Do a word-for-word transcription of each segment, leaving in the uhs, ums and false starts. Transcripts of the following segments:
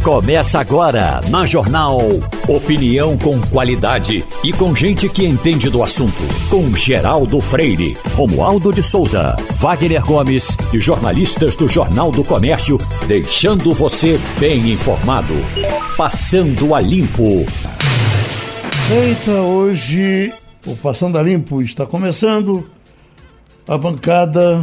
Começa agora na Jornal. Opinião com qualidade e com gente que entende do assunto. Com Geraldo Freire, Romualdo de Souza, Wagner Gomes e jornalistas do Jornal do Comércio, deixando você bem informado. Passando a Limpo. Eita, hoje o Passando a Limpo está começando. A bancada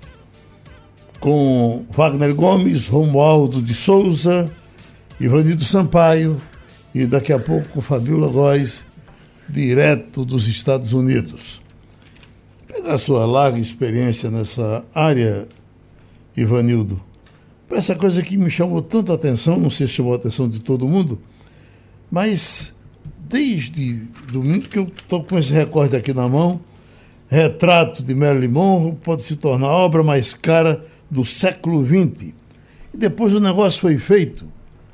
com Wagner Gomes, Romualdo de Souza, Ivanildo Sampaio e daqui a pouco Fabiola Góes, direto dos Estados Unidos. Pela sua larga experiência nessa área, Ivanildo, para essa coisa que me chamou tanta atenção, não sei se chamou a atenção de todo mundo, mas desde domingo que eu estou com esse recorde aqui na mão, Retrato de Marilyn Monroe pode se tornar a obra mais cara do século vinte. E depois o negócio foi feito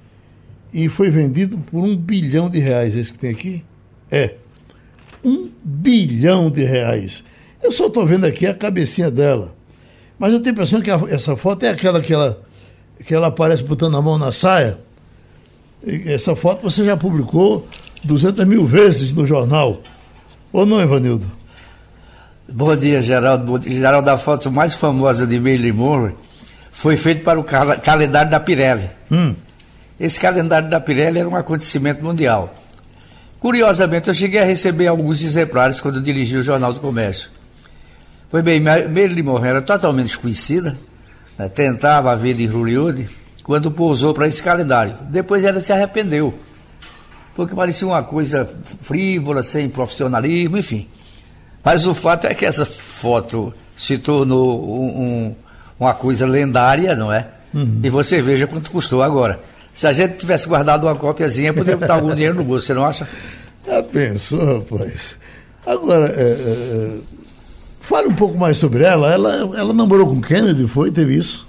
e foi vendido por um bilhão de reais. É isso que tem aqui? É. Um bilhão de reais. Eu só estou vendo aqui a cabecinha dela. Mas eu tenho a impressão que a, essa foto é aquela que ela, que ela aparece botando a mão na saia. E essa foto você já publicou duzentas mil vezes no jornal. Ou não, Ivanildo? Bom dia, Geraldo. Bom dia. Geraldo, a foto mais famosa de Marilyn Monroe foi feita para o cal- calendário da Pirelli. Hum. Esse calendário da Pirelli era um acontecimento mundial. Curiosamente, eu cheguei a receber alguns exemplares quando eu dirigi o Jornal do Comércio. Pois bem, Marilyn Monroe era totalmente desconhecida, né? Tentava a vida em Hollywood quando pousou para esse calendário. Depois ela se arrependeu, porque parecia uma coisa frívola, sem profissionalismo, enfim. Mas o fato é que essa foto se tornou um, um, uma coisa lendária, não é? Uhum. E você veja quanto custou agora. Se a gente tivesse guardado uma cópiazinha, poderia botar algum dinheiro no bolso, você não acha? Já pensou, rapaz? Agora, é, é, fale um pouco mais sobre ela. ela. Ela namorou com Kennedy, foi? Teve isso?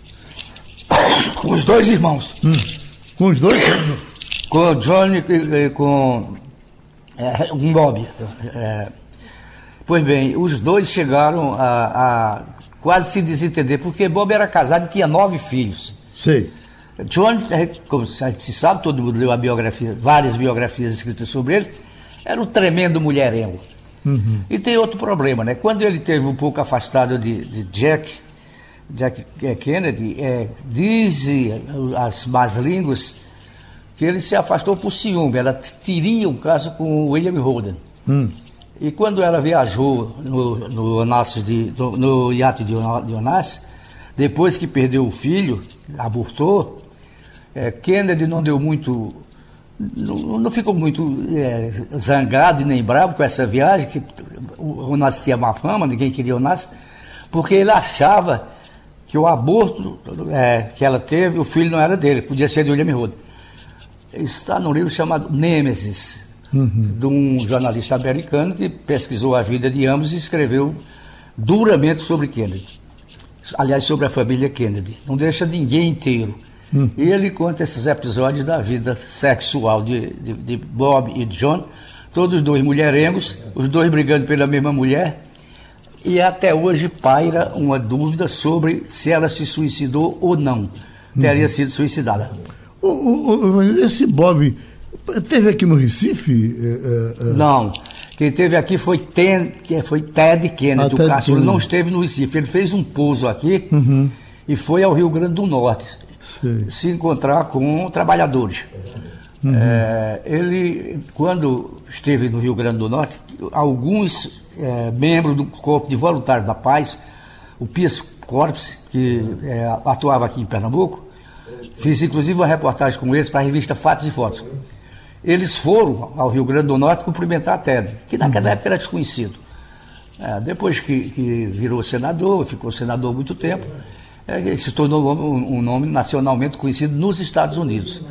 Com os dois irmãos. Hum. Com os dois? Com o Johnny e com é, com Bob. É, Pois bem, os dois chegaram a, a quase se desentender, porque Bob era casado e tinha nove filhos. Sei. John, como se sabe, todo mundo leu a biografia, várias biografias escritas sobre ele, era um tremendo mulherengo. Uhum. E tem outro problema, né? Quando ele esteve um pouco afastado de, de Jack, Jack Kennedy, é, dizem as más línguas que ele se afastou por ciúme. Ela teria um caso com o William Holden. Hum. E quando ela viajou no, no, Onassis de, no, no iate de Onassis, depois que perdeu o filho, abortou, é, Kennedy não deu muito, não, não ficou muito é, zangado e nem bravo com essa viagem, que o Onassis tinha má fama, ninguém queria Onassis, porque ele achava que o aborto é, que ela teve, o filho não era dele, podia ser de William Holden. Está num livro chamado Nêmesis, Uhum. de um jornalista americano que pesquisou a vida de ambos e escreveu duramente sobre Kennedy. Aliás, sobre a família Kennedy. Não deixa ninguém inteiro. Uhum. E ele conta esses episódios da vida sexual de, de, de Bob e John, todos dois mulherengos, os dois brigando pela mesma mulher, e até hoje paira uma dúvida sobre se ela se suicidou ou não. Uhum. Teria sido suicidada. O, o, o, esse Bob... Teve aqui no Recife? É, é... Não. Quem teve aqui foi, Ten, foi Ted Kennedy, ah, o Cássio. Ele não esteve no Recife. Ele fez um pouso aqui uhum. e foi ao Rio Grande do Norte Sei. se encontrar com trabalhadores. Uhum. É, ele, quando esteve no Rio Grande do Norte, alguns é, membros do Corpo de Voluntários da Paz, o Peace Corps, que é, atuava aqui em Pernambuco, fiz inclusive uma reportagem com eles para a revista Fatos e Fotos. Eles foram ao Rio Grande do Norte cumprimentar a Ted, que naquela uhum. época era desconhecido. É, depois que, que virou senador, ficou senador há muito tempo, é, ele se tornou um, um nome nacionalmente conhecido nos Estados Unidos.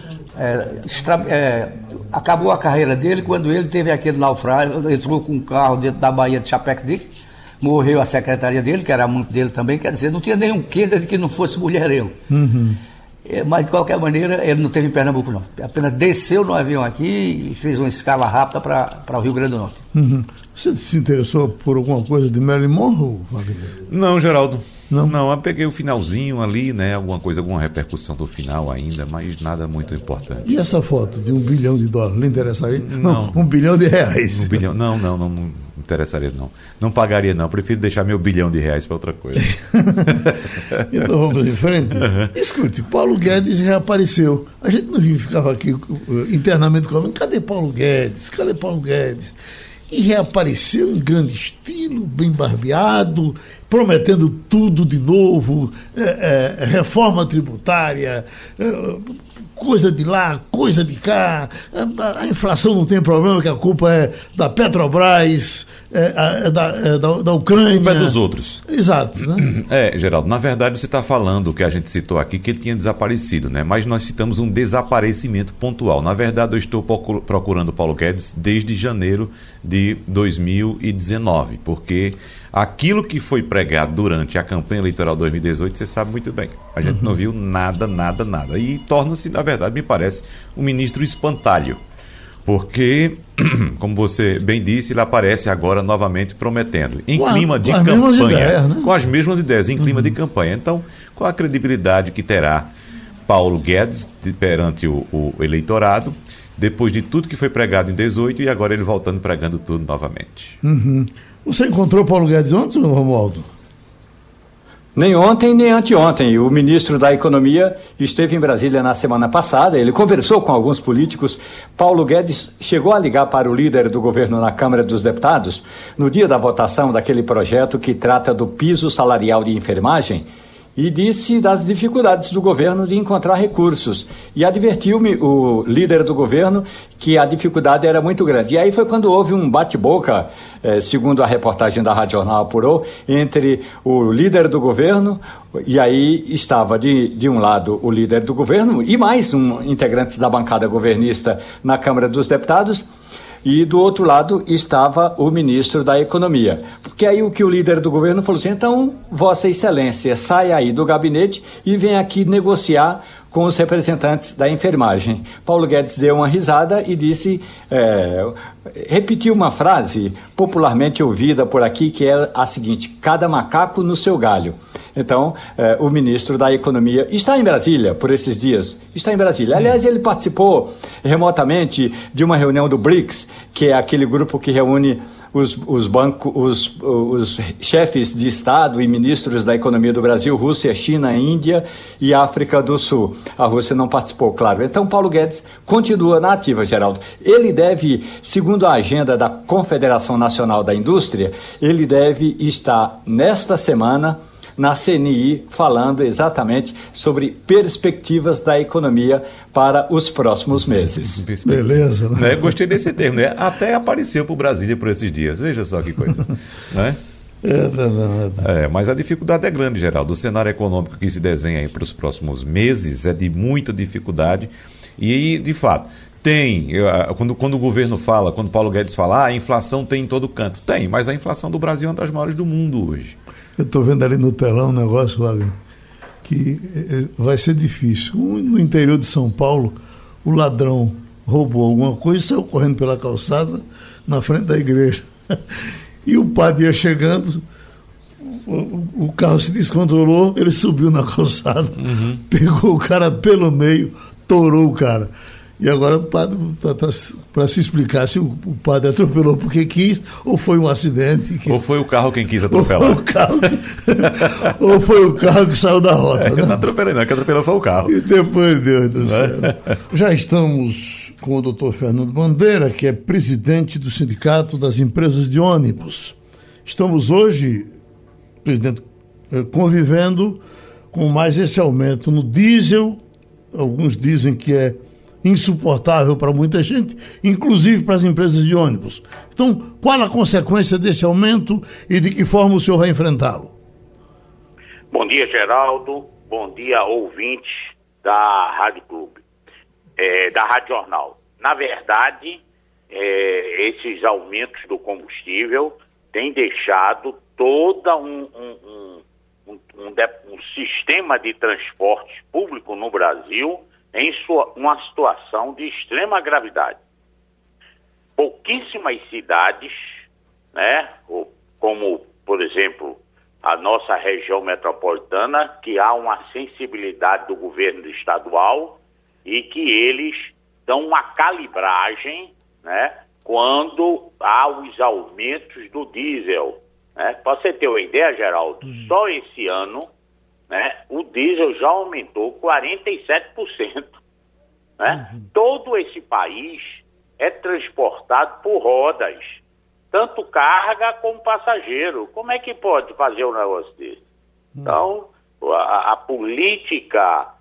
É, extra, é, acabou a carreira dele quando ele teve aquele naufrágio, entrou com um carro dentro da Baía de Chapecó, morreu a secretária dele, que era muito dele também, quer dizer, não tinha nenhum Kennedy que não fosse mulherengo. Uhum. Mas, de qualquer maneira, ele não teve em Pernambuco, não. Apenas desceu no avião aqui e fez uma escala rápida para o Rio Grande do Norte. Uhum. Você se interessou por alguma coisa de Marilyn Monroe, Wagner? Não, Geraldo. Não, não, eu peguei o finalzinho ali, né? Alguma coisa, alguma repercussão do final ainda, mas nada muito importante. E essa foto de um bilhão de dólares, lhe interessaria? Não, não um bilhão de reais. Um bilhão, não, não, não, não interessaria não. Não pagaria não, prefiro deixar meu bilhão de reais para outra coisa. Então vamos em frente. Uhum. Escute, Paulo Guedes reapareceu. A gente não viu, ficava aqui internamente falando, cadê Paulo Guedes? Cadê Paulo Guedes? E reapareceu em grande estilo, bem barbeado, prometendo tudo de novo, é, é, reforma tributária, é, coisa de lá, coisa de cá, a, a inflação não tem problema, que a culpa é da Petrobras, é, é da, é da, da Ucrânia. A culpa é dos outros. Exato. Né? É, Geraldo, na verdade você está falando o que a gente citou aqui, que ele tinha desaparecido, né? Mas nós citamos um desaparecimento pontual. Na verdade eu estou procurando Paulo Guedes desde janeiro de dois mil e dezenove, porque aquilo que foi pregado durante a campanha eleitoral de dois mil e dezoito, você sabe muito bem. A gente uhum. não viu nada, nada, nada. E torna-se, na verdade, me parece, um ministro espantalho. Porque, como você bem disse, ele aparece agora novamente prometendo. Em com clima a, de com campanha. As ideias, né? Com as mesmas ideias, em clima uhum. de campanha. Então, qual a credibilidade que terá Paulo Guedes perante o, o eleitorado, depois de tudo que foi pregado em dezoito e agora ele voltando pregando tudo novamente? Uhum. Você encontrou Paulo Guedes ontem, Romualdo? Nem ontem, nem anteontem. O ministro da Economia esteve em Brasília na semana passada. Ele conversou com alguns políticos. Paulo Guedes chegou a ligar para o líder do governo na Câmara dos Deputados no dia da votação daquele projeto que trata do piso salarial de enfermagem e disse das dificuldades do governo de encontrar recursos. E advertiu-me o líder do governo que a dificuldade era muito grande. E aí foi quando houve um bate-boca, eh, segundo a reportagem da Rádio Jornal apurou, entre o líder do governo, e aí estava de, de um lado o líder do governo e mais um integrante da bancada governista na Câmara dos Deputados, e do outro lado estava o ministro da Economia. Porque aí o que o líder do governo falou assim, então, Vossa Excelência, sai aí do gabinete e vem aqui negociar com os representantes da enfermagem. Paulo Guedes deu uma risada e disse, é, repetiu uma frase popularmente ouvida por aqui, que é a seguinte, cada macaco no seu galho. Então, eh, o ministro da Economia está em Brasília por esses dias, está em Brasília. Aliás, ele participou remotamente de uma reunião do BRICS, que é aquele grupo que reúne os, os, banco, os, os chefes de Estado e ministros da economia do Brasil, Rússia, China, Índia e África do Sul. A Rússia não participou, claro. Então, Paulo Guedes continua na ativa, Geraldo. Ele deve, segundo a agenda da Confederação Nacional da Indústria, ele deve estar nesta semana na C N I, falando exatamente sobre perspectivas da economia para os próximos meses. Beleza, né? Gostei desse termo, né? Até apareceu para o Brasília por esses dias, veja só que coisa. Né? É, não, não, não. É, mas a dificuldade é grande, Geraldo. O cenário econômico que se desenha aí para os próximos meses é de muita dificuldade e, de fato, tem, quando, quando o governo fala, quando Paulo Guedes fala, ah, a inflação tem em todo canto. Tem, mas a inflação do Brasil é uma das maiores do mundo hoje. Eu estou vendo ali no telão um negócio, Wagner, que vai ser difícil. No interior de São Paulo, o ladrão roubou alguma coisa e saiu correndo pela calçada na frente da igreja. E o padre ia chegando, o, o carro se descontrolou, ele subiu na calçada, uhum. pegou o cara pelo meio, torou o cara. E agora o padre, para se explicar se o, o padre atropelou porque quis, ou foi um acidente. Que... Ou foi o carro quem quis atropelar. Ou foi o carro que, ou foi o carro que saiu da rota. É, né? Não atropelei, não, que atropelou foi o carro. E depois, Deus do céu. Já estamos com o doutor Fernando Bandeira, que é presidente do Sindicato das Empresas de Ônibus. Estamos hoje, presidente, convivendo com mais esse aumento no diesel. Alguns dizem que é insuportável para muita gente, inclusive para as empresas de ônibus. Então, qual a consequência desse aumento e de que forma o senhor vai enfrentá-lo? Bom dia, Geraldo. Bom dia, ouvintes da Rádio Clube, é, da Rádio Jornal. Na verdade, é, esses aumentos do combustível têm deixado todo um, um, um, um, um, um sistema de transporte público no Brasil em sua, uma situação de extrema gravidade. Pouquíssimas cidades, né, como, por exemplo, a nossa região metropolitana, que há uma sensibilidade do governo estadual e que eles dão uma calibragem, né, quando há os aumentos do diesel. Né? Para você ter uma ideia, Geraldo, uhum. só esse ano, né, o diesel já aumentou quarenta e sete por cento. Né? Uhum. Todo esse país é transportado por rodas, tanto carga como passageiro. Como é que pode fazer um negócio desse? Uhum. Então, a, a política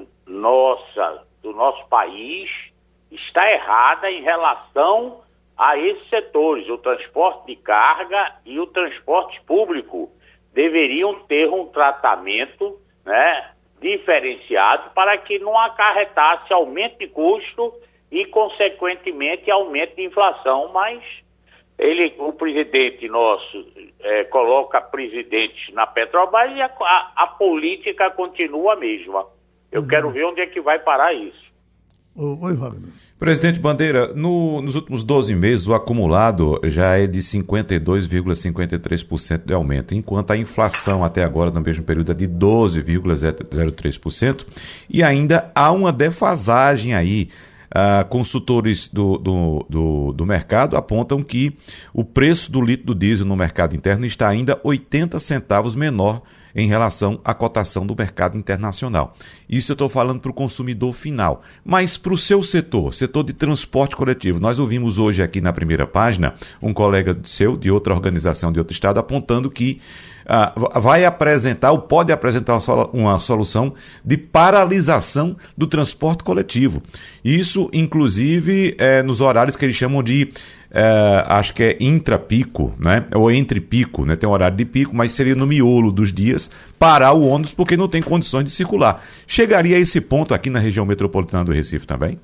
nossa, do nosso país, está errada em relação a esses setores. O transporte de carga e o transporte público deveriam ter um tratamento, né, diferenciado para que não acarretasse aumento de custo e, consequentemente, aumento de inflação. Mas ele, o presidente nosso é, coloca presidentes na Petrobras e a, a, a política continua a mesma. Eu uhum. quero ver onde é que vai parar isso. Oi, Wagner. Presidente Bandeira, no, nos últimos doze meses o acumulado já é de cinquenta e dois vírgula cinquenta e três por cento de aumento, enquanto a inflação até agora no mesmo período é de doze vírgula zero três por cento e ainda há uma defasagem aí. Uh, consultores do, do, do, do mercado apontam que o preço do litro do diesel no mercado interno está ainda oitenta centavos menor em relação à cotação do mercado internacional. Isso eu estou falando para o consumidor final. Mas para o seu setor, setor de transporte coletivo, nós ouvimos hoje aqui na primeira página um colega seu, de outra organização de outro estado, apontando que uh, vai apresentar, ou pode apresentar uma, solu- uma solução de paralisação do transporte coletivo. Isso, inclusive, é, nos horários que eles chamam de É, acho que é intrapico, né? Ou entre pico, né? Tem um horário de pico, mas seria no miolo dos dias parar o ônibus porque não tem condições de circular. Chegaria a esse ponto aqui na região metropolitana do Recife também?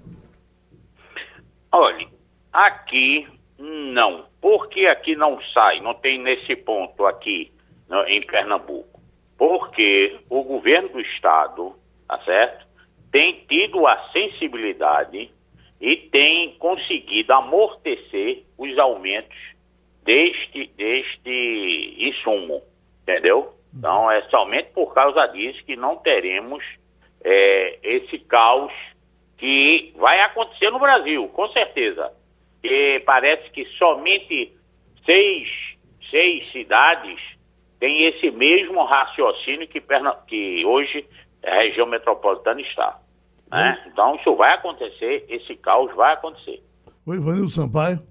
Olha, aqui não. Porque aqui não sai, não tem nesse ponto aqui no, em Pernambuco. Porque o governo do estado, tá certo? Tem tido a sensibilidade e tem conseguido amortecer os aumentos deste, deste insumo, entendeu? Então, é somente por causa disso que não teremos é, esse caos que vai acontecer no Brasil, com certeza. E parece que somente seis, seis cidades têm esse mesmo raciocínio que, que hoje a região metropolitana está. Né? Então isso vai acontecer, esse caos vai acontecer. Oi, Ivanildo Sampaio.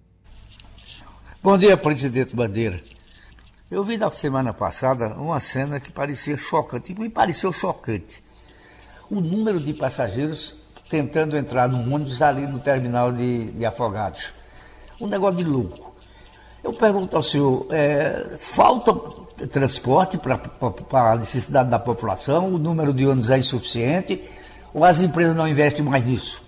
Bom dia, presidente Bandeira. Eu vi na semana passada uma cena que parecia chocante, e me pareceu chocante. O número de passageiros tentando entrar no ônibus ali no terminal de, de Afogados. Um negócio de louco. Eu pergunto ao senhor, é, falta transporte para a necessidade da população? O número de ônibus é insuficiente? Ou as empresas não investem mais nisso?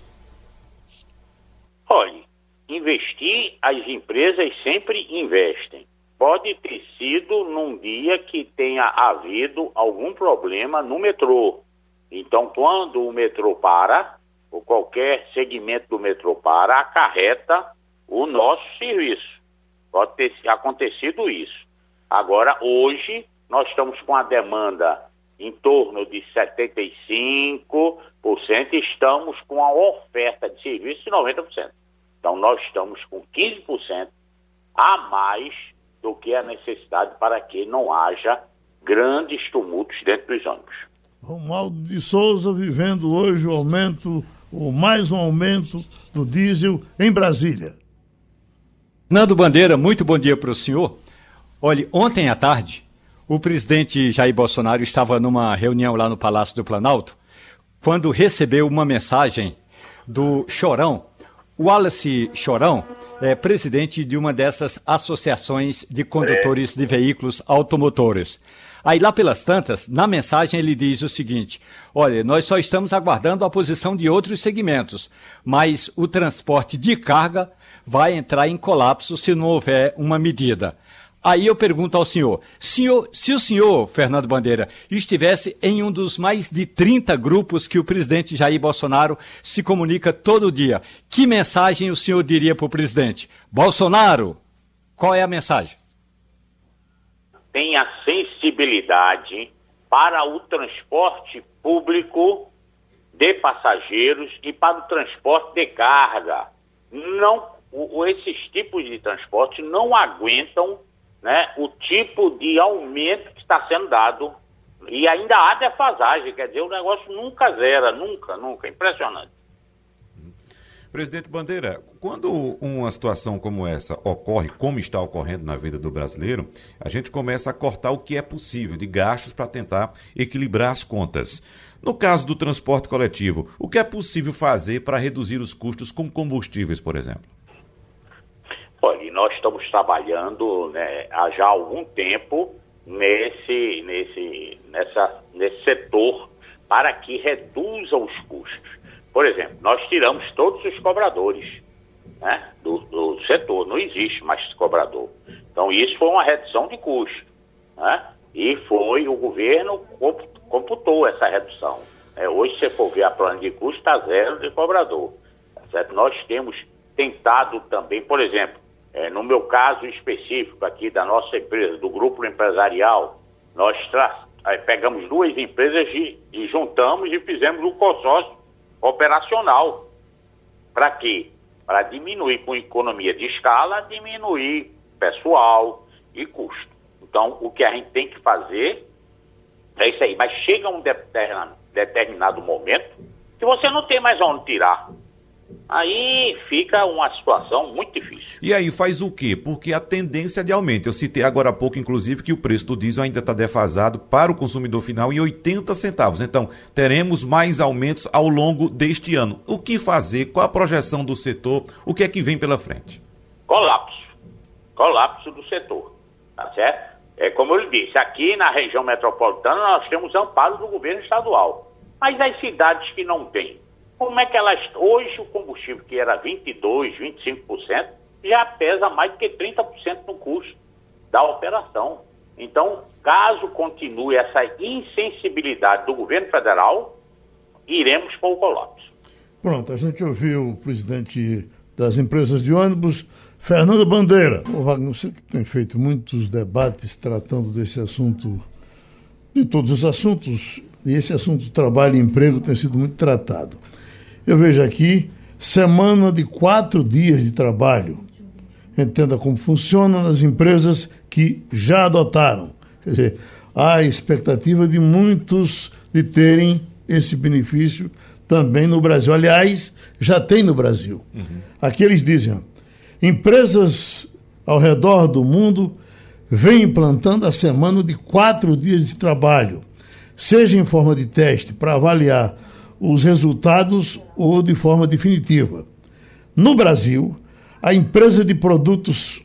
Olha, investir, as empresas sempre investem. Pode ter sido num dia que tenha havido algum problema no metrô. Então, quando o metrô para, ou qualquer segmento do metrô para, acarreta o nosso serviço. Pode ter acontecido isso. Agora, hoje, nós estamos com a demanda em torno de setenta e cinco por cento, estamos com a oferta de serviço de noventa por cento. Então, nós estamos com quinze por cento a mais do que a necessidade para que não haja grandes tumultos dentro dos ônibus. Romualdo de Souza vivendo hoje o aumento, ou mais um aumento do diesel em Brasília. Fernando Bandeira, muito bom dia para o senhor. Olha, ontem à tarde, o presidente Jair Bolsonaro estava numa reunião lá no Palácio do Planalto, quando recebeu uma mensagem do Chorão. O Wallace Chorão é presidente de uma dessas associações de condutores de veículos automotores. Aí lá pelas tantas, na mensagem ele diz o seguinte: olha, nós só estamos aguardando a posição de outros segmentos, mas o transporte de carga vai entrar em colapso se não houver uma medida. Aí eu pergunto ao senhor, senhor, se o senhor, Fernando Bandeira, estivesse em um dos mais de trinta grupos que o presidente Jair Bolsonaro se comunica todo dia, que mensagem o senhor diria para o presidente? Bolsonaro, qual é a mensagem? Tenha sensibilidade acessibilidade para o transporte público de passageiros e para o transporte de carga. Não, o, esses tipos de transporte não aguentam, né, o tipo de aumento que está sendo dado, e ainda há defasagem, quer dizer, o negócio nunca zera, nunca, nunca, impressionante. Presidente Bandeira, quando uma situação como essa ocorre, como está ocorrendo na vida do brasileiro, a gente começa a cortar o que é possível de gastos para tentar equilibrar as contas. No caso do transporte coletivo, o que é possível fazer para reduzir os custos com combustíveis, por exemplo? Olha, nós estamos trabalhando, né, há já algum tempo nesse, nesse, nessa, nesse setor para que reduza os custos. Por exemplo, nós tiramos todos os cobradores, né, do, do setor, não existe mais cobrador. Então isso foi uma redução de custo, né, e foi o governo computou essa redução. É, hoje, se você for ver a plana de custo, está zero de cobrador. Tá certo? Nós temos tentado também, por exemplo, é, no meu caso específico aqui da nossa empresa, do grupo empresarial, nós tra- é, pegamos duas empresas e, e juntamos e fizemos um consórcio operacional. Para quê? Para diminuir com economia de escala, diminuir pessoal e custo. Então, o que a gente tem que fazer é isso aí. Mas chega um determinado, determinado momento que você não tem mais onde tirar. Aí fica uma situação muito difícil. E aí faz o quê? Porque a tendência é de aumento. Eu citei agora há pouco, inclusive, que o preço do diesel ainda está defasado para o consumidor final em oitenta centavos. Então, teremos mais aumentos ao longo deste ano. O que fazer? Qual a projeção do setor? O que é que vem pela frente? Colapso. Colapso do setor. Tá certo? É como eu lhe disse, aqui na região metropolitana nós temos amparo do governo estadual. Mas as cidades que não têm, como é que elas... Hoje o combustível, que era vinte e dois por cento, vinte e cinco por cento, já pesa mais do que trinta por cento no custo da operação. Então, caso continue essa insensibilidade do governo federal, iremos para o colapso. Pronto, a gente ouviu o presidente das empresas de ônibus, Fernando Bandeira. O Wagner, você que tem feito muitos debates tratando desse assunto, de todos os assuntos, e esse assunto do trabalho e emprego tem sido muito tratado. Eu vejo aqui, semana de quatro dias de trabalho. Entenda como funciona nas empresas que já adotaram. Quer dizer, há a expectativa de muitos de terem esse benefício também no Brasil. Aliás, já tem no Brasil. Uhum. Aqui eles dizem, ó, empresas ao redor do mundo vêm implantando a semana de quatro dias de trabalho, seja em forma de teste para avaliar os resultados ou de forma definitiva. No Brasil, a empresa de produtos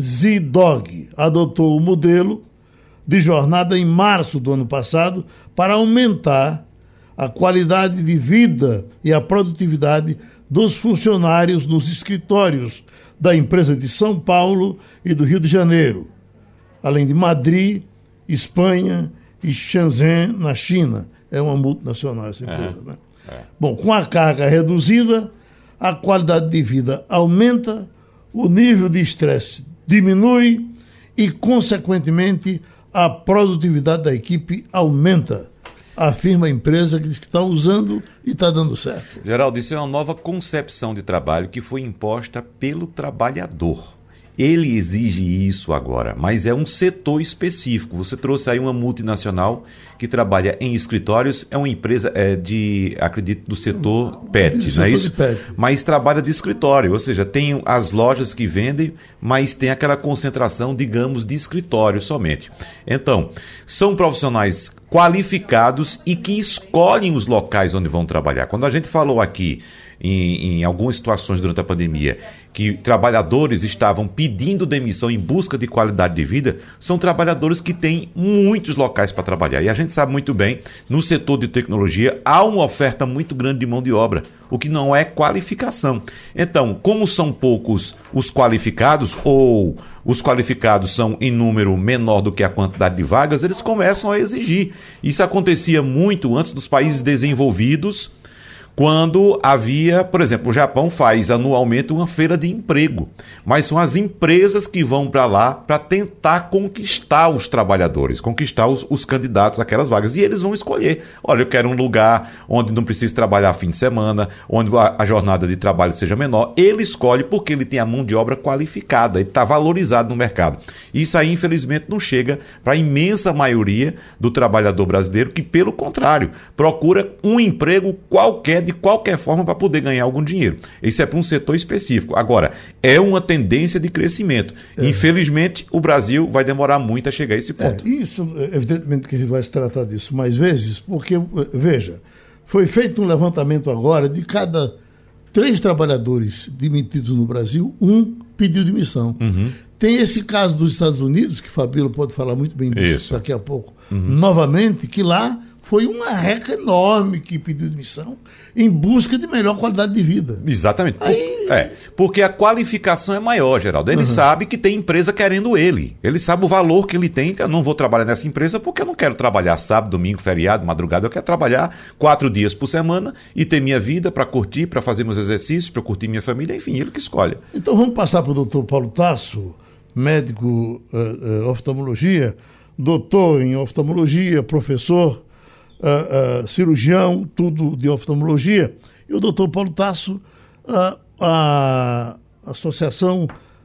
PetZdog adotou o modelo de jornada em março do ano passado para aumentar a qualidade de vida e a produtividade dos funcionários nos escritórios da empresa de São Paulo e do Rio de Janeiro, além de Madrid, Espanha e Shenzhen, na China. É uma multinacional essa empresa, é, né? É. Bom, com a carga reduzida, a qualidade de vida aumenta, o nível de estresse diminui e, consequentemente, a produtividade da equipe aumenta. Afirma a empresa que diz que está usando e está dando certo. Geraldo, isso é uma nova concepção de trabalho que foi imposta pelo trabalhador. Ele exige isso agora, mas é um setor específico. Você trouxe aí uma multinacional que trabalha em escritórios, é uma empresa é, de, acredito, do setor pet, não é isso? Pet. Mas trabalha de escritório, ou seja, tem as lojas que vendem, mas tem aquela concentração, digamos, de escritório somente. Então, são profissionais qualificados e que escolhem os locais onde vão trabalhar. Quando a gente falou aqui Em, em algumas situações durante a pandemia, que trabalhadores estavam pedindo demissão em busca de qualidade de vida, são trabalhadores que têm muitos locais para trabalhar. E a gente sabe muito bem, no setor de tecnologia, há uma oferta muito grande de mão de obra, o que não é qualificação. Então, como são poucos os qualificados, ou os qualificados são em número menor do que a quantidade de vagas, eles começam a exigir. Isso acontecia muito antes dos países desenvolvidos, quando havia, por exemplo, o Japão faz anualmente uma feira de emprego, mas são as empresas que vão para lá para tentar conquistar os trabalhadores, conquistar os, os candidatos àquelas vagas, e eles vão escolher. Olha, eu quero um lugar onde não precisa trabalhar fim de semana, onde a, a jornada de trabalho seja menor. Ele escolhe porque ele tem a mão de obra qualificada, ele está valorizado no mercado. Isso aí, infelizmente, não chega para a imensa maioria do trabalhador brasileiro, que, pelo contrário, procura um emprego qualquer, de qualquer forma, para poder ganhar algum dinheiro. Isso é para um setor específico. Agora, é uma tendência de crescimento. É. Infelizmente, o Brasil vai demorar muito a chegar a esse ponto. É, isso, evidentemente que a gente vai se tratar disso mais vezes, porque, veja, foi feito um levantamento agora de cada três trabalhadores demitidos no Brasil, um pediu demissão. Uhum. Tem esse caso dos Estados Unidos, que Fabíola pode falar muito bem disso Isso. daqui a pouco, uhum. novamente, que lá foi uma reca enorme que pediu demissão em busca de melhor qualidade de vida. Exatamente. Aí... É, porque a qualificação é maior, Geraldo. Ele uhum. sabe que tem empresa querendo ele. Ele sabe o valor que ele tem. Eu não vou trabalhar nessa empresa porque eu não quero trabalhar sábado, domingo, feriado, madrugada. Eu quero trabalhar quatro dias por semana e ter minha vida para curtir, para fazer meus exercícios, para curtir minha família. Enfim, ele que escolhe. Então vamos passar para o doutor Paulo Tasso, médico uh, uh, oftalmologia, doutor em oftalmologia, professor, uh, uh, cirurgião, tudo de oftalmologia. E o doutor Paulo Tasso, uh, a Associação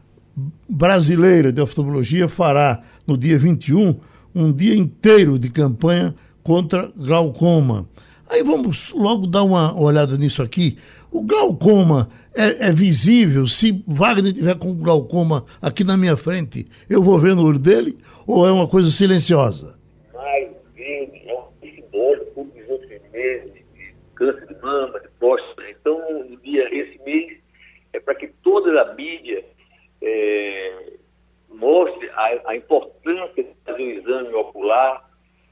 Brasileira de Oftalmologia fará no dia vinte e um um dia inteiro de campanha contra glaucoma. Aí vamos logo dar uma olhada nisso aqui. O glaucoma é, é visível? Se Wagner tiver com glaucoma aqui na minha frente, eu vou ver no olho dele? Ou é uma coisa silenciosa? Mais verde, é um simbólico, como diz outros meses, de câncer de mama, de próstata. Então, no dia, esse mês, é para que toda a mídia é, mostre a, a importância de fazer o exame ocular,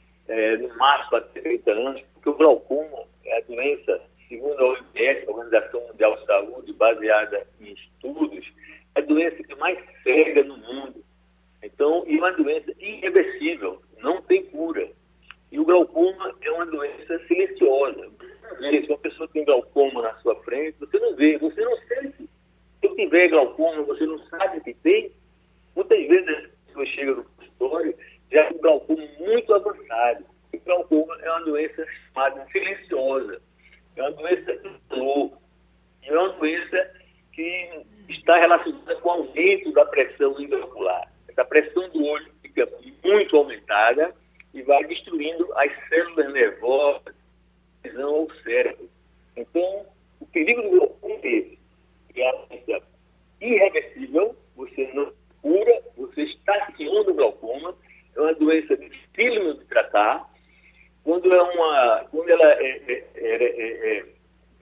é, no máximo até trinta anos, porque o glaucoma é a doença, segundo a O M S, a Organização Mundial de Saúde, baseada em estudos, é a doença que mais cega no mundo. Então, e é uma doença irreversível, não tem cura. E o glaucoma é uma doença silenciosa. Se uma pessoa tem glaucoma na sua frente, você não vê, você não sente. Se tiver glaucoma, você não sabe que tem. Muitas vezes as pessoas chegam no consultório já com glaucoma muito avançado. O glaucoma é uma doença chamada silenciosa. É uma doença incolor. E é uma doença que está relacionada com o aumento da pressão intraocular. Essa pressão do olho fica muito aumentada e vai destruindo as células nervosas, visão ao cérebro. Então, o perigo do glaucoma é esse. É a doença irreversível, você não cura, você estaciona o glaucoma, é uma doença difícil de tratar. Quando, é uma, quando ela é, é, é, é, é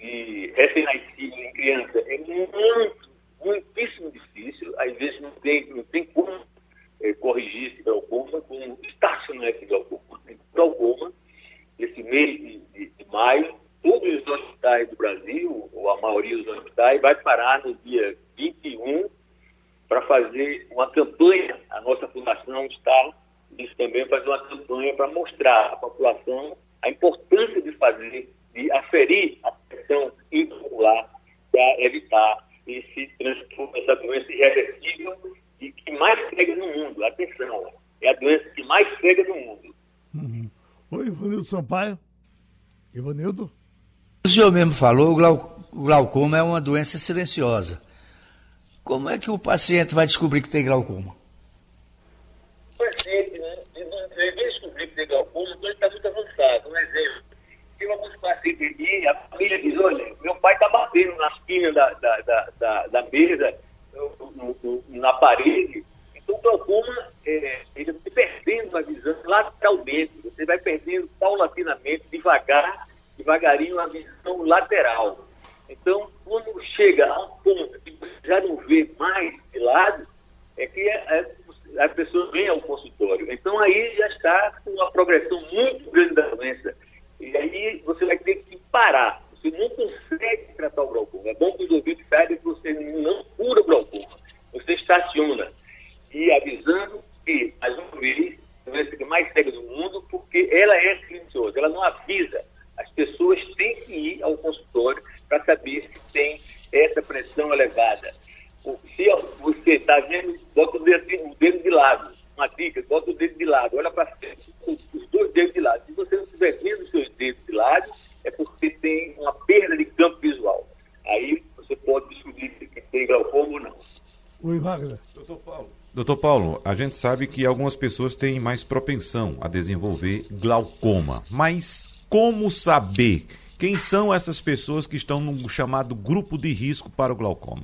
de recém-nascido em criança, é muito, muitíssimo difícil, às vezes não tem, não tem como é, corrigir esse glaucoma, como estacionar esse glaucoma. Então, glaucoma, esse mês de, de, de maio, todos os hospitais do Brasil, ou a maioria dos hospitais, vai parar no dia vinte e um para fazer uma campanha. A nossa fundação está isso também, fazer uma campanha para mostrar à população a importância de fazer, de aferir a pressão intraocular para evitar esse transtorno, essa doença irreversível e que mais cega no mundo. Atenção, é a doença que mais cega no mundo. Uhum. Oi, Ivanildo Sampaio. Ivanildo? O senhor mesmo falou, o, glau, o glaucoma é uma doença silenciosa. Como é que o paciente vai descobrir que tem glaucoma? O paciente, né, ele vai descobrir que tem glaucoma, então ele está muito avançado. Um exemplo, tem alguns pacientes aqui, a família diz, olha, meu pai está batendo na espinha da, da, da, da, da mesa, no, no, no, na parede. Então o glaucoma, é, ele vai perdendo a visão lateralmente, você vai perdendo paulatinamente, devagar, devagarinho, a visão lateral. Então, quando chega a um ponto que você já não vê mais de lado, é que a, a, a pessoa vem ao consultório. Então, aí já está com uma progressão muito grande da doença. E aí você vai ter que parar. Você não consegue tratar o glaucoma. É bom que os ouvintes saibam que você não cura o glaucoma. Você estaciona. E avisando que, mais uma vez, a doença que mais cega do mundo, porque ela é silenciosa. Ela não avisa. As pessoas têm que ir ao consultório consultório para saber se tem essa pressão elevada. Se você está vendo, bota o dedo, o dedo de lado. Uma dica, bota o dedo de lado, olha para frente, os dois dedos de lado. Se você não estiver vendo os seus dedos de lado, é porque tem uma perda de campo visual. Aí você pode descobrir se tem glaucoma ou não. Oi, Wagner. Doutor Paulo. Doutor Paulo, a gente sabe que algumas pessoas têm mais propensão a desenvolver glaucoma, mas como saber quem são essas pessoas que estão no chamado grupo de risco para o glaucoma?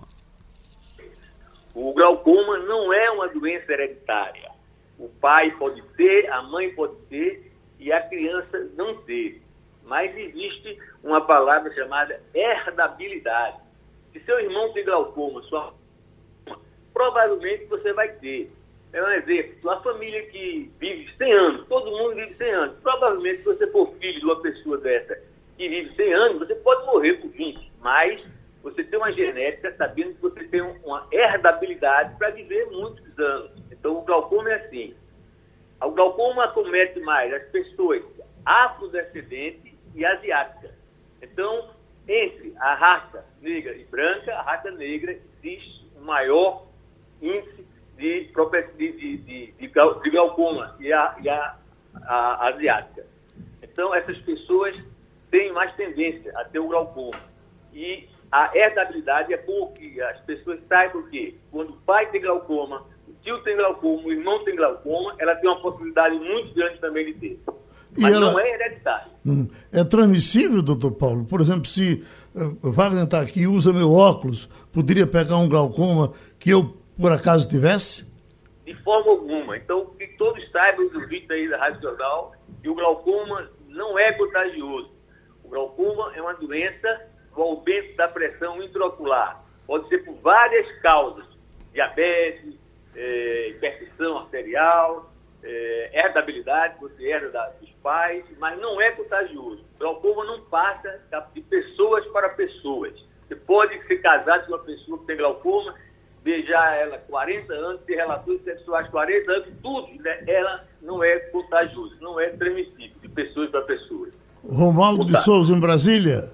O glaucoma não é uma doença hereditária. O pai pode ter, a mãe pode ter e a criança não ter. Mas existe uma palavra chamada herdabilidade. Se seu irmão tem glaucoma, sua provavelmente você vai ter. É um exemplo, uma família que vive cem anos, todo mundo vive cem anos. Provavelmente, se você for filho de uma pessoa dessa que vive cem anos, você pode morrer com vinte, mas você tem uma genética sabendo que você tem uma herdabilidade para viver muitos anos. Então, o glaucoma é assim. O glaucoma acomete mais as pessoas afrodescendentes e asiáticas. Então, entre a raça negra e branca, a raça negra existe um maior índice de, de, de, de, de glaucoma e, a, e a, a asiática. Então, essas pessoas têm mais tendência a ter o glaucoma. E a herdabilidade é bom que as pessoas saibam que quando o pai tem glaucoma, o tio tem glaucoma, o irmão tem glaucoma, ela tem uma possibilidade muito grande também de ter. Mas ela não é hereditário. Hum, é transmissível, doutor Paulo? Por exemplo, se uh, Wagner está aqui e usa meu óculos, poderia pegar um glaucoma que eu, por acaso, tivesse? De forma alguma. Então, que todos saibam, os ouvintes aí da Rádio Jornal, que o glaucoma não é contagioso. O glaucoma é uma doença do aumento da pressão intraocular. Pode ser por várias causas. Diabetes, eh, hipertensão arterial, eh, herdabilidade, você herda da, dos pais, mas não é contagioso. O glaucoma não passa de pessoas para pessoas. Você pode ser casado com uma pessoa que tem glaucoma, beijar ela quarenta anos, ter relações sexuais quarenta anos, tudo, né? Ela não é contagioso, não é transmissível de pessoas para pessoas. Romualdo de Souza, em Brasília.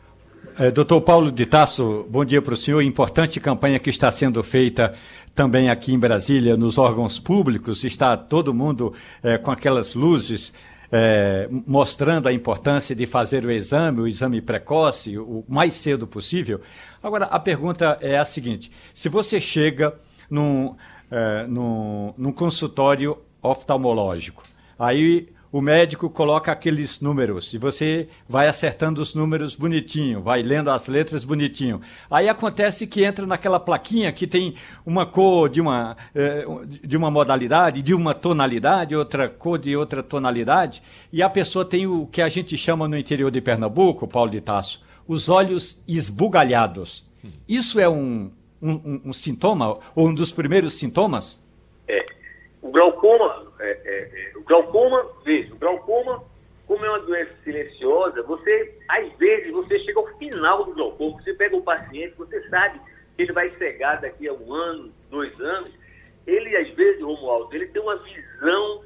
É, doutor Paulo de Tarso, bom dia para o senhor. Importante campanha que está sendo feita também aqui em Brasília, nos órgãos públicos. Está todo mundo é, com aquelas luzes é, mostrando a importância de fazer o exame, o exame precoce, o mais cedo possível. Agora, a pergunta é a seguinte: se você chega num, é, num, num consultório oftalmológico, aí o médico coloca aqueles números e você vai acertando os números bonitinho, vai lendo as letras bonitinho. Aí acontece que entra naquela plaquinha que tem uma cor de uma, de uma modalidade, de uma tonalidade, outra cor de outra tonalidade, e a pessoa tem o que a gente chama no interior de Pernambuco, Paulo de Tarso, os olhos esbugalhados. Isso é um, um, um sintoma, ou um dos primeiros sintomas? É. O glaucoma, é, é, é, o glaucoma, veja, o glaucoma, como é uma doença silenciosa, você, às vezes, você chega ao final do glaucoma, você pega um paciente, você sabe que ele vai cegar daqui a um ano, dois anos, ele, às vezes, Romualdo, ele tem uma visão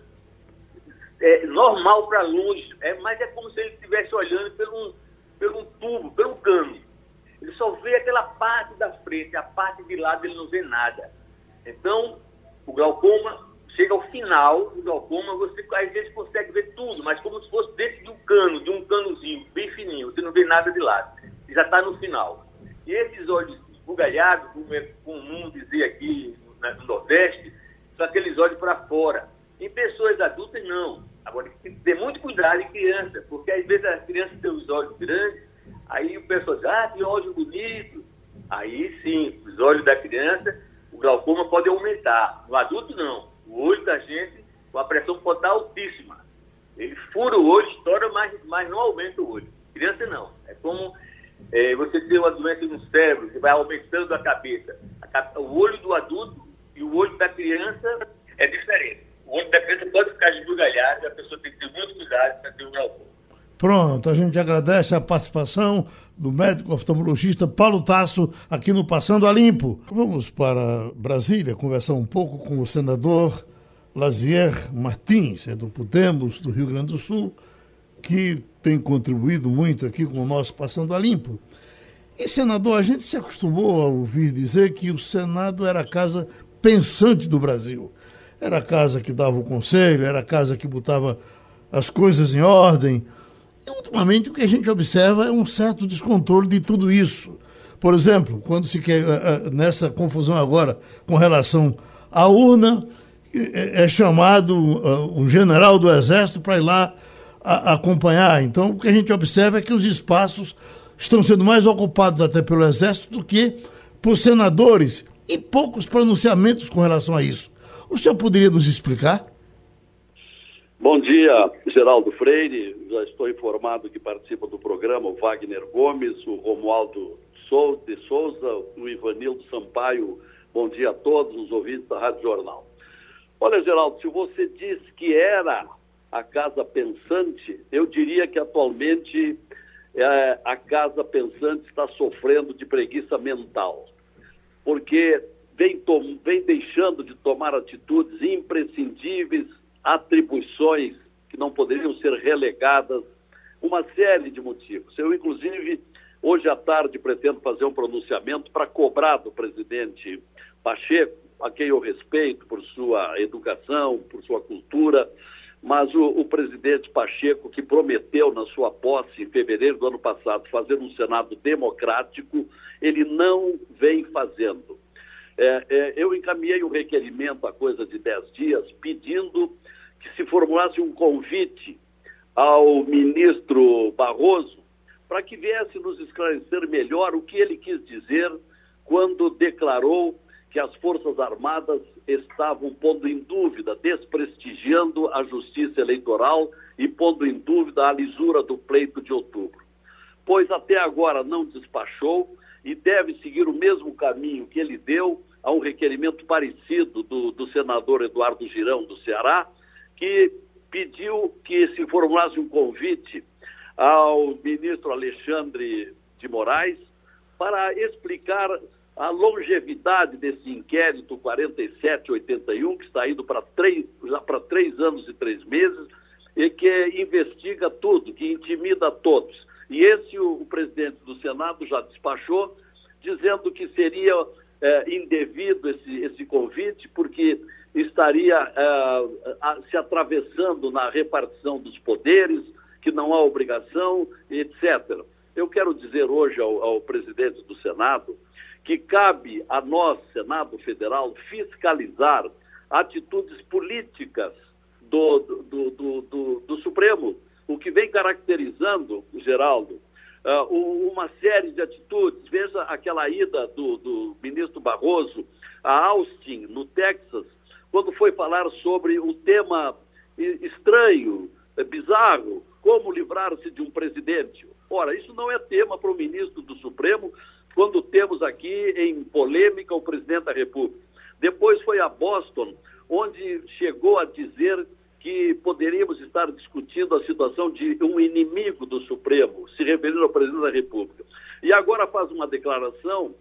é, normal para longe, é, mas é como se ele estivesse olhando por um, por um tubo, por um cano. Ele só vê aquela parte da frente, a parte de lado ele não vê nada. Então, o glaucoma chega ao final do glaucoma, você às vezes consegue ver tudo, mas como se fosse dentro de um cano, de um canozinho bem fininho, você não vê nada de lado, já está no final. E esses olhos esbugalhados, como é comum dizer aqui no Nordeste, são aqueles olhos para fora. Em pessoas adultas, não. Agora, tem que ter muito cuidado em criança, porque às vezes a criança tem os olhos grandes, aí o pessoal diz, ah, que olho bonito. Aí sim, os olhos da criança, o glaucoma pode aumentar. No adulto, não. O olho da gente, a pressão pode estar altíssima. Ele fura o olho, estoura, mas, mas não aumenta o olho. Criança não. É como é, você ter uma doença no cérebro, que vai aumentando a cabeça. A, o olho do adulto e o olho da criança é diferente. O olho da criança pode ficar esbugalhado, a pessoa tem que ter muito cuidado para ter um glaucoma. Pronto, a gente agradece a participação do médico oftalmologista Paulo Tarso aqui no Passando a Limpo. Vamos para Brasília conversar um pouco com o senador Lazier Martins, é do Podemos, do Rio Grande do Sul, que tem contribuído muito aqui com o nosso Passando a Limpo. E, senador, a gente se acostumou a ouvir dizer que o Senado era a casa pensante do Brasil. Era a casa que dava o conselho, era a casa que botava as coisas em ordem. E, ultimamente, o que a gente observa é um certo descontrole de tudo isso. Por exemplo, quando se quer, nessa confusão agora com relação à urna, é chamado um general do Exército para ir lá acompanhar. Então, o que a gente observa é que os espaços estão sendo mais ocupados até pelo Exército do que por senadores e poucos pronunciamentos com relação a isso. O senhor poderia nos explicar? Bom dia, Geraldo Freire. Já estou informado que participa do programa o Wagner Gomes, o Romualdo de Souza, o Ivanildo Sampaio. Bom dia a todos os ouvintes da Rádio Jornal. Olha, Geraldo, se você diz que era a casa pensante, eu diria que atualmente é, a casa pensante está sofrendo de preguiça mental, porque vem, tom, vem deixando de tomar atitudes imprescindíveis, atribuições que não poderiam ser relegadas, uma série de motivos. Eu, inclusive, hoje à tarde pretendo fazer um pronunciamento para cobrar do presidente Pacheco, a quem eu respeito por sua educação, por sua cultura, mas o, o presidente Pacheco, que prometeu na sua posse em fevereiro do ano passado fazer um Senado democrático, ele não vem fazendo. É, é, eu encaminhei um requerimento há coisa de dez dias pedindo que se formulasse um convite ao ministro Barroso para que viesse nos esclarecer melhor o que ele quis dizer quando declarou que as Forças Armadas estavam pondo em dúvida, desprestigiando a justiça eleitoral e pondo em dúvida a lisura do pleito de outubro. Pois até agora não despachou e deve seguir o mesmo caminho que ele deu a um requerimento parecido do, do senador Eduardo Girão, do Ceará, que pediu que se formulasse um convite ao ministro Alexandre de Moraes para explicar a longevidade desse inquérito quarenta e sete oitenta e um, que está indo para três, já para três anos e três meses, e que investiga tudo, que intimida todos. E esse o, o presidente do Senado já despachou, dizendo que seria é, indevido esse, esse convite, porque estaria é, a, se atravessando na repartição dos poderes, que não há obrigação, etcétera. Eu quero dizer hoje ao, ao presidente do Senado que cabe a nós, Senado Federal, fiscalizar atitudes políticas do, do, do, do, do Supremo, o que vem caracterizando, Geraldo, uh, uma série de atitudes. Veja aquela ida do, do ministro Barroso a Austin, no Texas, quando foi falar sobre um tema estranho, bizarro, como livrar-se de um presidente. Ora, isso não é tema para o ministro do Supremo, quando temos aqui em polêmica o presidente da República. Depois foi a Boston, onde chegou a dizer que poderíamos estar discutindo a situação de um inimigo do Supremo, se referindo ao presidente da República. E agora faz uma declaração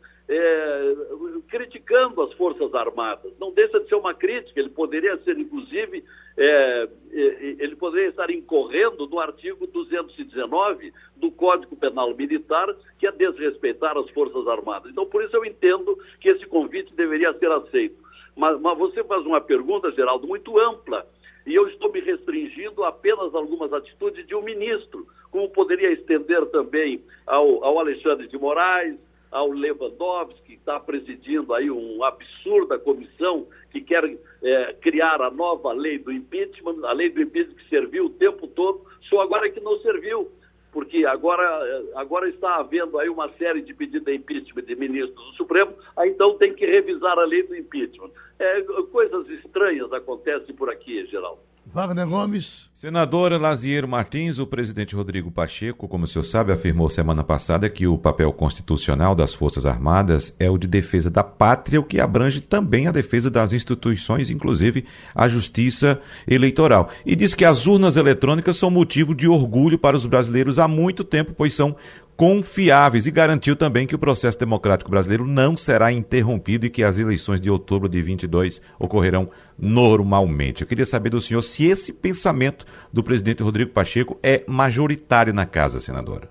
é, criticando as Forças Armadas. Não deixa de ser uma crítica, ele poderia ser, inclusive, é, ele poderia estar incorrendo no artigo duzentos e dezenove do Código Penal Militar, que é desrespeitar as Forças Armadas. Então, por isso eu entendo que esse convite deveria ser aceito. Mas, mas você faz uma pergunta, Geraldo, muito ampla, e eu estou me restringindo apenas a algumas atitudes de um ministro, como poderia estender também ao, ao Alexandre de Moraes, ao Lewandowski, que está presidindo aí uma absurda comissão que quer é, criar a nova lei do impeachment, a lei do impeachment que serviu o tempo todo, só agora é que não serviu, porque agora, agora está havendo aí uma série de pedidos de impeachment de ministros do Supremo, aí então tem que revisar a lei do impeachment. É, coisas estranhas acontecem por aqui, Geraldo. Wagner Gomes. Senadora Laziero Martins, o presidente Rodrigo Pacheco, como o senhor sabe, afirmou semana passada que o papel constitucional das Forças Armadas é o de defesa da pátria, o que abrange também a defesa das instituições, inclusive a justiça eleitoral. E diz que as urnas eletrônicas são motivo de orgulho para os brasileiros há muito tempo, pois são confiáveis e garantiu também que o processo democrático brasileiro não será interrompido e que as eleições de outubro de vinte e dois ocorrerão normalmente. Eu queria saber do senhor se esse pensamento do presidente Rodrigo Pacheco é majoritário na casa, senadora.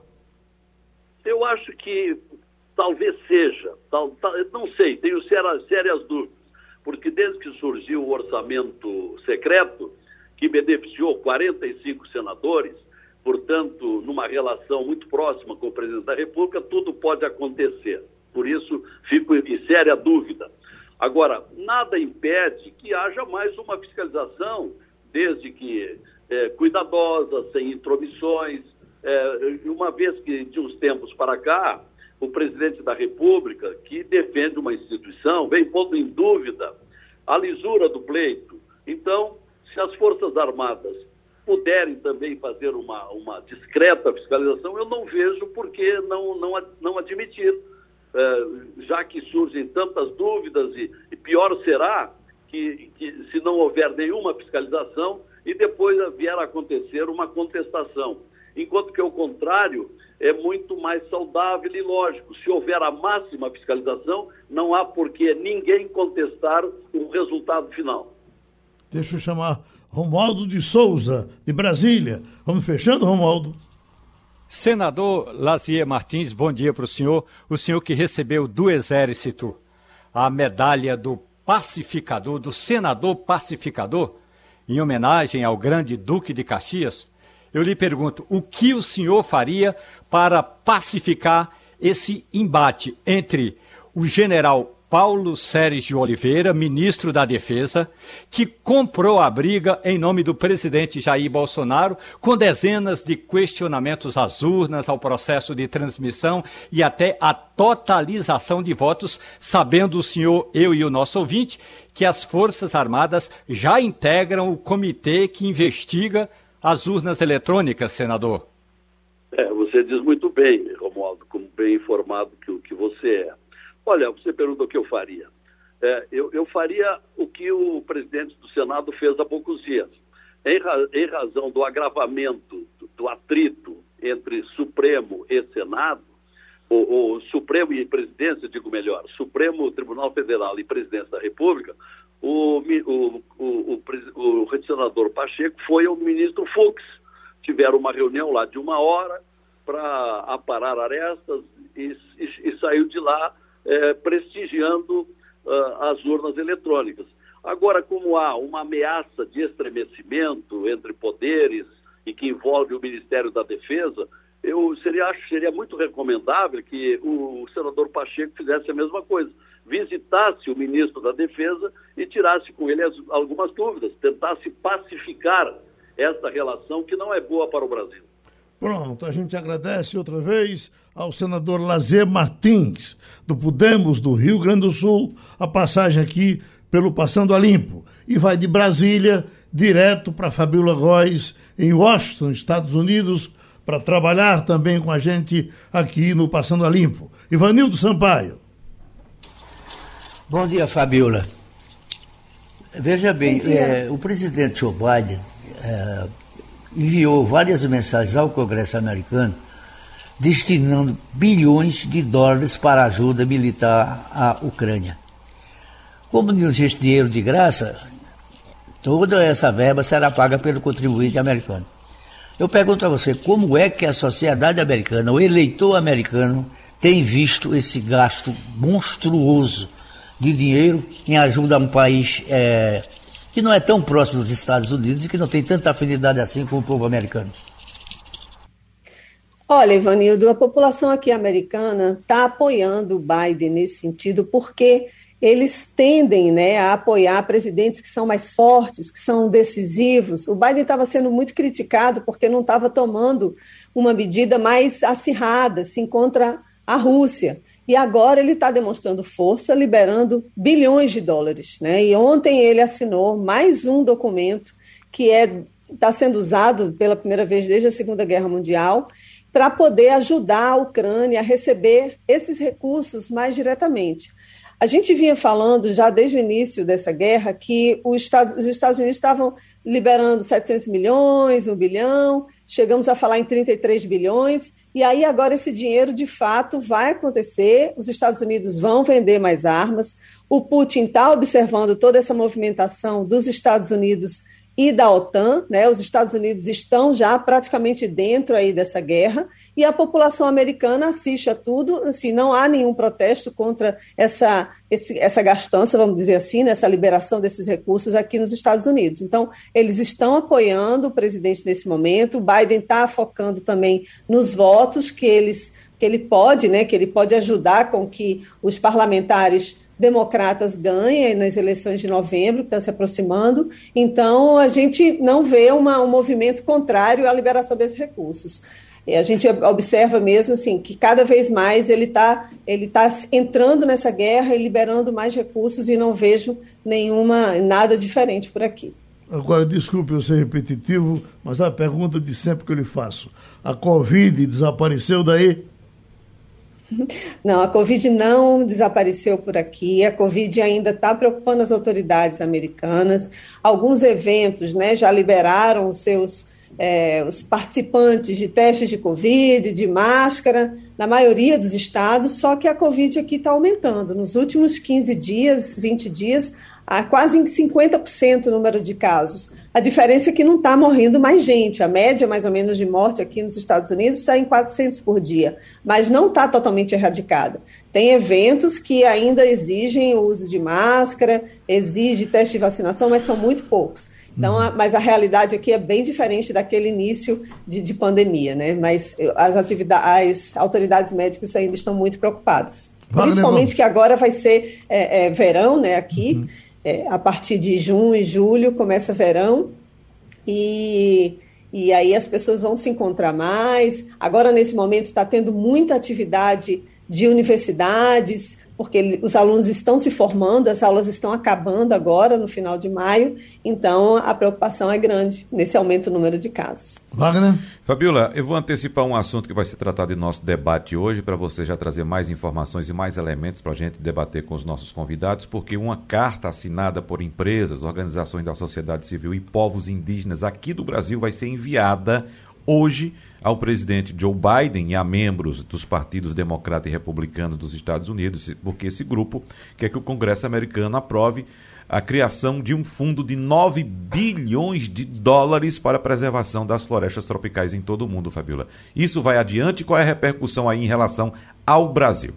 Eu acho que talvez seja, tal, tal, não sei, tenho sérias, sérias dúvidas, porque desde que surgiu o orçamento secreto, que beneficiou quarenta e cinco senadores, portanto, numa relação muito próxima com o presidente da República, tudo pode acontecer. Por isso, fico em séria dúvida. Agora, nada impede que haja mais uma fiscalização, desde que é, cuidadosa, sem intromissões, é, uma vez que, de uns tempos para cá, o presidente da República, que defende uma instituição, vem pondo em dúvida a lisura do pleito. Então, se as Forças Armadas puderem também fazer uma, uma discreta fiscalização, eu não vejo por que não, não, não admitir, é, já que surgem tantas dúvidas e, e pior será que, que se não houver nenhuma fiscalização e depois vier a acontecer uma contestação. Enquanto que o contrário é muito mais saudável e lógico. Se houver a máxima fiscalização, não há por que ninguém contestar o resultado final. Deixa eu chamar Romualdo de Souza, de Brasília. Vamos fechando, Romualdo? Senador Lazier Martins, bom dia para o senhor. O senhor que recebeu do Exército a medalha do pacificador, do senador pacificador, em homenagem ao grande Duque de Caxias. Eu lhe pergunto, o que o senhor faria para pacificar esse embate entre o general Paulo Sérgio de Oliveira, ministro da Defesa, que comprou a briga em nome do presidente Jair Bolsonaro, com dezenas de questionamentos às urnas, ao processo de transmissão e até a totalização de votos, sabendo o senhor, eu e o nosso ouvinte, que as Forças Armadas já integram o comitê que investiga as urnas eletrônicas, senador. É, você diz muito bem, Romualdo, como bem informado que, que você é. Olha, você pergunta o que eu faria. É, eu, eu faria o que o presidente do Senado fez há poucos dias. Em, ra- em razão do agravamento, do, do atrito entre Supremo e Senado, o, o Supremo e Presidência, digo melhor, Supremo Tribunal Federal e Presidência da República, o, o, o, o, o, o senador Pacheco foi ao ministro Fux. Tiveram uma reunião lá de uma hora para aparar arestas e, e, e saiu de lá É, prestigiando uh, as urnas eletrônicas. Agora, como há uma ameaça de estremecimento entre poderes e que envolve o Ministério da Defesa, eu seria, acho que seria muito recomendável que o senador Pacheco fizesse a mesma coisa, visitasse o ministro da Defesa e tirasse com ele as, algumas dúvidas, tentasse pacificar essa relação que não é boa para o Brasil. Pronto, a gente agradece outra vez ao senador Lazier Martins, do Podemos, do Rio Grande do Sul, a passagem aqui pelo Passando a Limpo. E vai de Brasília direto para Fabíola Góes, em Washington, Estados Unidos, para trabalhar também com a gente aqui no Passando a Limpo. Ivanildo Sampaio. Bom dia, Fabíola. Veja bem, é, o presidente Joe Biden é, enviou várias mensagens ao Congresso americano destinando bilhões de dólares para ajuda militar à Ucrânia. Como não existe dinheiro de graça, toda essa verba será paga pelo contribuinte americano. Eu pergunto a você, como é que a sociedade americana, o eleitor americano, tem visto esse gasto monstruoso de dinheiro em ajuda a um país é, que não é tão próximo dos Estados Unidos e que não tem tanta afinidade assim com o povo americano? Olha, Ivanildo, a população aqui americana está apoiando o Biden nesse sentido porque eles tendem, né, a apoiar presidentes que são mais fortes, que são decisivos. O Biden estava sendo muito criticado porque não estava tomando uma medida mais acirrada, assim, contra a Rússia. E agora ele está demonstrando força, liberando bilhões de dólares, né? E ontem ele assinou mais um documento que é, está sendo usado pela primeira vez desde a Segunda Guerra Mundial, para poder ajudar a Ucrânia a receber esses recursos mais diretamente. A gente vinha falando já desde o início dessa guerra que os Estados, os Estados Unidos estavam liberando setecentos milhões, um bilhão, chegamos a falar em trinta e três bilhões, e aí agora esse dinheiro de fato vai acontecer, os Estados Unidos vão vender mais armas, o Putin está observando toda essa movimentação dos Estados Unidos e da OTAN, né? Os Estados Unidos estão já praticamente dentro aí dessa guerra e a população americana assiste a tudo, assim, não há nenhum protesto contra essa, esse, essa gastança, vamos dizer assim, né? Essa liberação desses recursos aqui nos Estados Unidos. Então, eles estão apoiando o presidente nesse momento, o Biden está focando também nos votos que, eles, que ele pode, né? Que ele pode ajudar com que os parlamentares democratas ganhem nas eleições de novembro, que estão se aproximando. Então, a gente não vê uma, um movimento contrário à liberação desses recursos. E a gente observa mesmo assim, que cada vez mais ele está ele tá entrando nessa guerra e liberando mais recursos e não vejo nenhuma, nada diferente por aqui. Agora, desculpe eu ser repetitivo, mas a pergunta de sempre que eu lhe faço. A Covid desapareceu daí? Não, a Covid não desapareceu por aqui, a Covid ainda está preocupando as autoridades americanas. Alguns eventos, né, já liberaram os seus é, os participantes de testes de Covid, de máscara, na maioria dos estados, só que a Covid aqui está aumentando. Nos últimos quinze dias, vinte dias, há quase em cinquenta por cento o número de casos. A diferença é que não está morrendo mais gente. A média, mais ou menos, de morte aqui nos Estados Unidos está em quatrocentos por dia, mas não está totalmente erradicada. Tem eventos que ainda exigem o uso de máscara, exige teste de vacinação, mas são muito poucos. Então, a, mas a realidade aqui é bem diferente daquele início de, de pandemia, né? Mas as, atividades, as autoridades médicas ainda estão muito preocupadas. Vale, principalmente que agora vai ser é, é, verão, né, aqui. Uhum. É, a partir de junho e julho começa verão e, e aí as pessoas vão se encontrar mais. Agora, nesse momento, está tendo muita atividade de universidades, porque os alunos estão se formando, as aulas estão acabando agora, no final de maio, então a preocupação é grande nesse aumento do número de casos. Wagner? Fabiola, eu vou antecipar um assunto que vai ser tratado em nosso debate hoje, para você já trazer mais informações e mais elementos para a gente debater com os nossos convidados, porque uma carta assinada por empresas, organizações da sociedade civil e povos indígenas aqui do Brasil vai ser enviada hoje ao presidente Joe Biden e a membros dos partidos democrata e republicano dos Estados Unidos, porque esse grupo quer que o Congresso americano aprove a criação de um fundo de nove bilhões de dólares para a preservação das florestas tropicais em todo o mundo, Fabiola. Isso vai adiante? Qual é a repercussão aí em relação ao Brasil?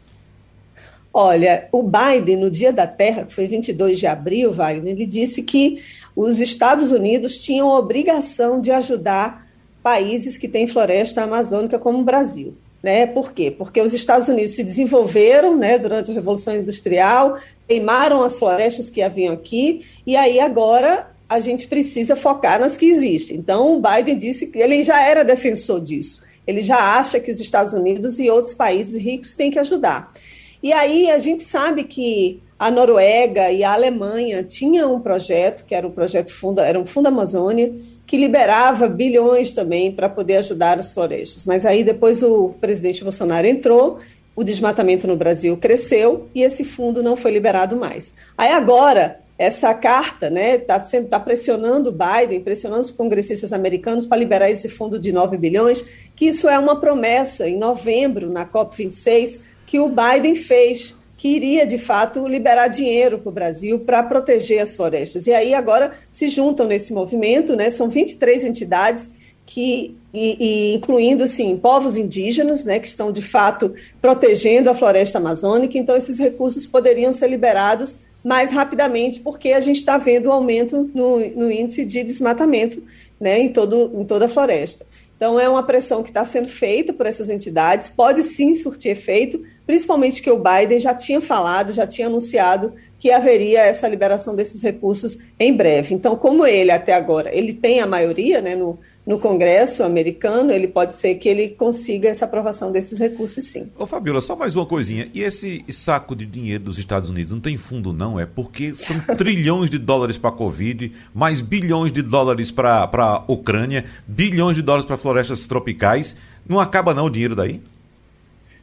Olha, o Biden, no Dia da Terra, que foi vinte e dois de abril, Wagner, ele disse que os Estados Unidos tinham a obrigação de ajudar países que têm floresta amazônica como o Brasil. Né? Por quê? Porque os Estados Unidos se desenvolveram, né, durante a Revolução Industrial, queimaram as florestas que haviam aqui, e aí agora a gente precisa focar nas que existem. Então, o Biden disse que ele já era defensor disso. Ele já acha que os Estados Unidos e outros países ricos têm que ajudar. E aí a gente sabe que a Noruega e a Alemanha tinham um projeto, que era um projeto Fundo, era um Fundo Amazônia, que liberava bilhões também para poder ajudar as florestas. Mas aí depois o presidente Bolsonaro entrou, o desmatamento no Brasil cresceu e esse fundo não foi liberado mais. Aí agora, essa carta, né, está tá pressionando o Biden, pressionando os congressistas americanos para liberar esse fundo de nove bilhões, que isso é uma promessa em novembro, na COP vinte e seis, que o Biden fez, que iria, de fato, liberar dinheiro para o Brasil para proteger as florestas. E aí agora se juntam nesse movimento, né? São vinte e três entidades, que, e, e incluindo assim, povos indígenas, né, que estão, de fato, protegendo a floresta amazônica. Então, esses recursos poderiam ser liberados mais rapidamente, porque a gente está vendo um aumento no, no índice de desmatamento, né, em, todo, em toda a floresta. Então, é uma pressão que está sendo feita por essas entidades, pode sim surtir efeito, principalmente que o Biden já tinha falado, já tinha anunciado que haveria essa liberação desses recursos em breve. Então, como ele, até agora, ele tem a maioria, né, no, no Congresso americano, ele pode ser que ele consiga essa aprovação desses recursos, sim. Ô, Fabiola, só mais uma coisinha. E esse saco de dinheiro dos Estados Unidos não tem fundo, não? É porque são trilhões de dólares para a Covid, mais bilhões de dólares para a Ucrânia, bilhões de dólares para florestas tropicais. Não acaba, não, o dinheiro daí?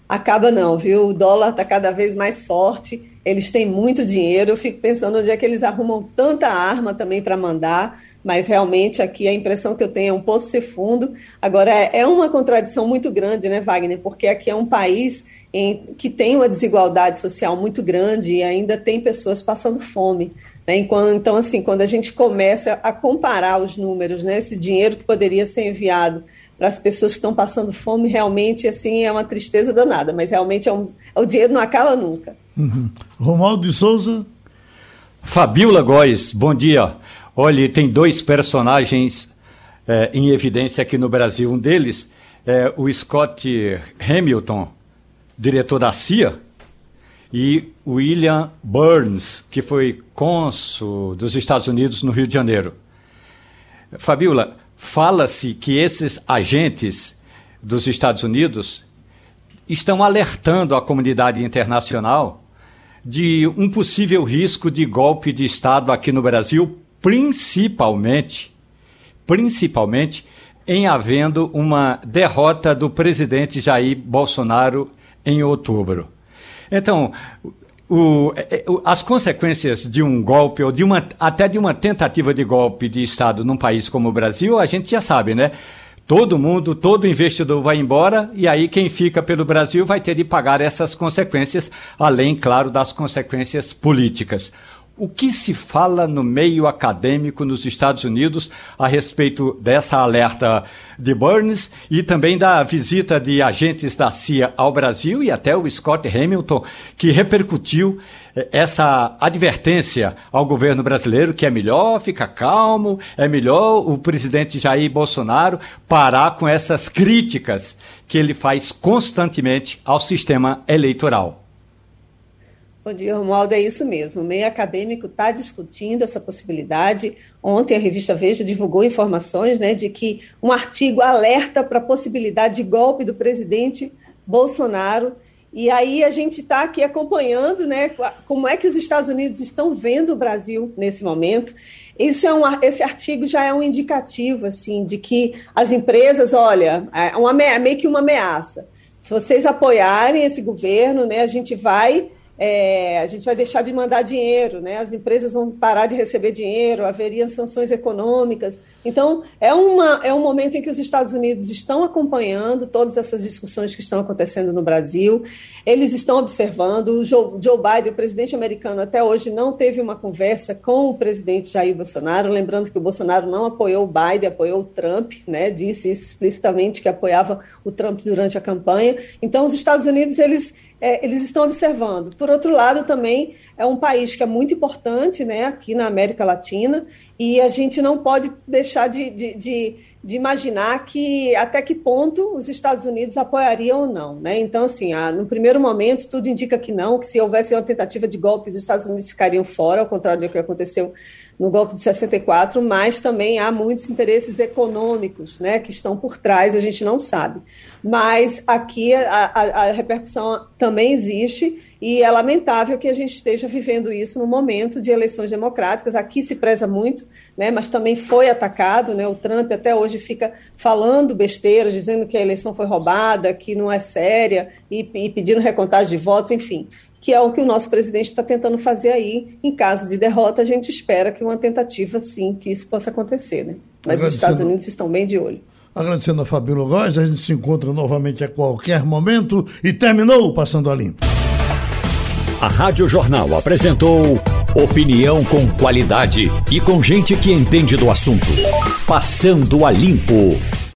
Acaba não, viu? O dólar está cada vez mais forte, eles têm muito dinheiro, eu fico pensando onde é que eles arrumam tanta arma também para mandar, mas realmente aqui a impressão que eu tenho é um poço sem fundo. Agora, é uma contradição muito grande, né, Wagner? Porque aqui é um país em, que tem uma desigualdade social muito grande e ainda tem pessoas passando fome. Né? Então, assim, quando a gente começa a comparar os números, né, esse dinheiro que poderia ser enviado para as pessoas que estão passando fome, realmente, assim, é uma tristeza danada, mas realmente é um, o dinheiro não acaba nunca. Uhum. Romualdo de Souza. Fabiola Góes, bom dia. Olha, tem dois personagens é, em evidência aqui no Brasil. Um deles é o Scott Hamilton, diretor da C I A, e William Burns, que foi cônsul dos Estados Unidos no Rio de Janeiro. Fabiola, fala-se que esses agentes dos Estados Unidos estão alertando a comunidade internacional de um possível risco de golpe de Estado aqui no Brasil, principalmente, principalmente em havendo uma derrota do presidente Jair Bolsonaro em outubro. Então, o, as consequências de um golpe, ou de uma, até de uma tentativa de golpe de Estado num país como o Brasil, a gente já sabe, né? Todo mundo, todo investidor vai embora e aí quem fica pelo Brasil vai ter de pagar essas consequências, além, claro, das consequências políticas. O que se fala no meio acadêmico nos Estados Unidos a respeito dessa alerta de Burns e também da visita de agentes da C I A ao Brasil e até o Scott Hamilton, que repercutiu essa advertência ao governo brasileiro que é melhor ficar calmo, é melhor o presidente Jair Bolsonaro parar com essas críticas que ele faz constantemente ao sistema eleitoral? Bom dia, Romualdo, é isso mesmo. O meio acadêmico está discutindo essa possibilidade. Ontem a revista Veja divulgou informações, né, de que um artigo alerta para a possibilidade de golpe do presidente Bolsonaro. E aí a gente está aqui acompanhando, né, como é que os Estados Unidos estão vendo o Brasil nesse momento. Isso é um, esse artigo já é um indicativo assim, de que as empresas, olha, é uma, meio que uma ameaça. Se vocês apoiarem esse governo, né, a gente vai... É, a gente vai deixar de mandar dinheiro, né? As empresas vão parar de receber dinheiro, haveria sanções econômicas. Então, é, uma, é um momento em que os Estados Unidos estão acompanhando todas essas discussões que estão acontecendo no Brasil, eles estão observando. O Joe, Joe Biden, o presidente americano, até hoje não teve uma conversa com o presidente Jair Bolsonaro, lembrando que o Bolsonaro não apoiou o Biden, apoiou o Trump, né? Disse isso explicitamente, que apoiava o Trump durante a campanha. Então, os Estados Unidos, eles... É, eles estão observando. Por outro lado, também é um país que é muito importante, né, aqui na América Latina, e a gente não pode deixar de, de, de, de imaginar que até que ponto os Estados Unidos apoiariam ou não. Né? Então, assim, ah, no primeiro momento, tudo indica que não, que se houvesse uma tentativa de golpe, os Estados Unidos ficariam fora, ao contrário do que aconteceu no golpe de sessenta e quatro, mas também há muitos interesses econômicos, né, que estão por trás, a gente não sabe. Mas aqui a, a, a repercussão também existe e é lamentável que a gente esteja vivendo isso no momento de eleições democráticas. Aqui se preza muito, né, mas também foi atacado, né, o Trump até hoje fica falando besteiras, dizendo que a eleição foi roubada, que não é séria e, e pedindo recontagem de votos, enfim, que é o que o nosso presidente está tentando fazer aí. Em caso de derrota, a gente espera que uma tentativa, sim, que isso possa acontecer, né? Mas os Estados Unidos estão bem de olho. Agradecendo a Fabiola Góes, a gente se encontra novamente a qualquer momento e terminou Passando a Limpo. A Rádio Jornal apresentou opinião com qualidade e com gente que entende do assunto. Passando a Limpo.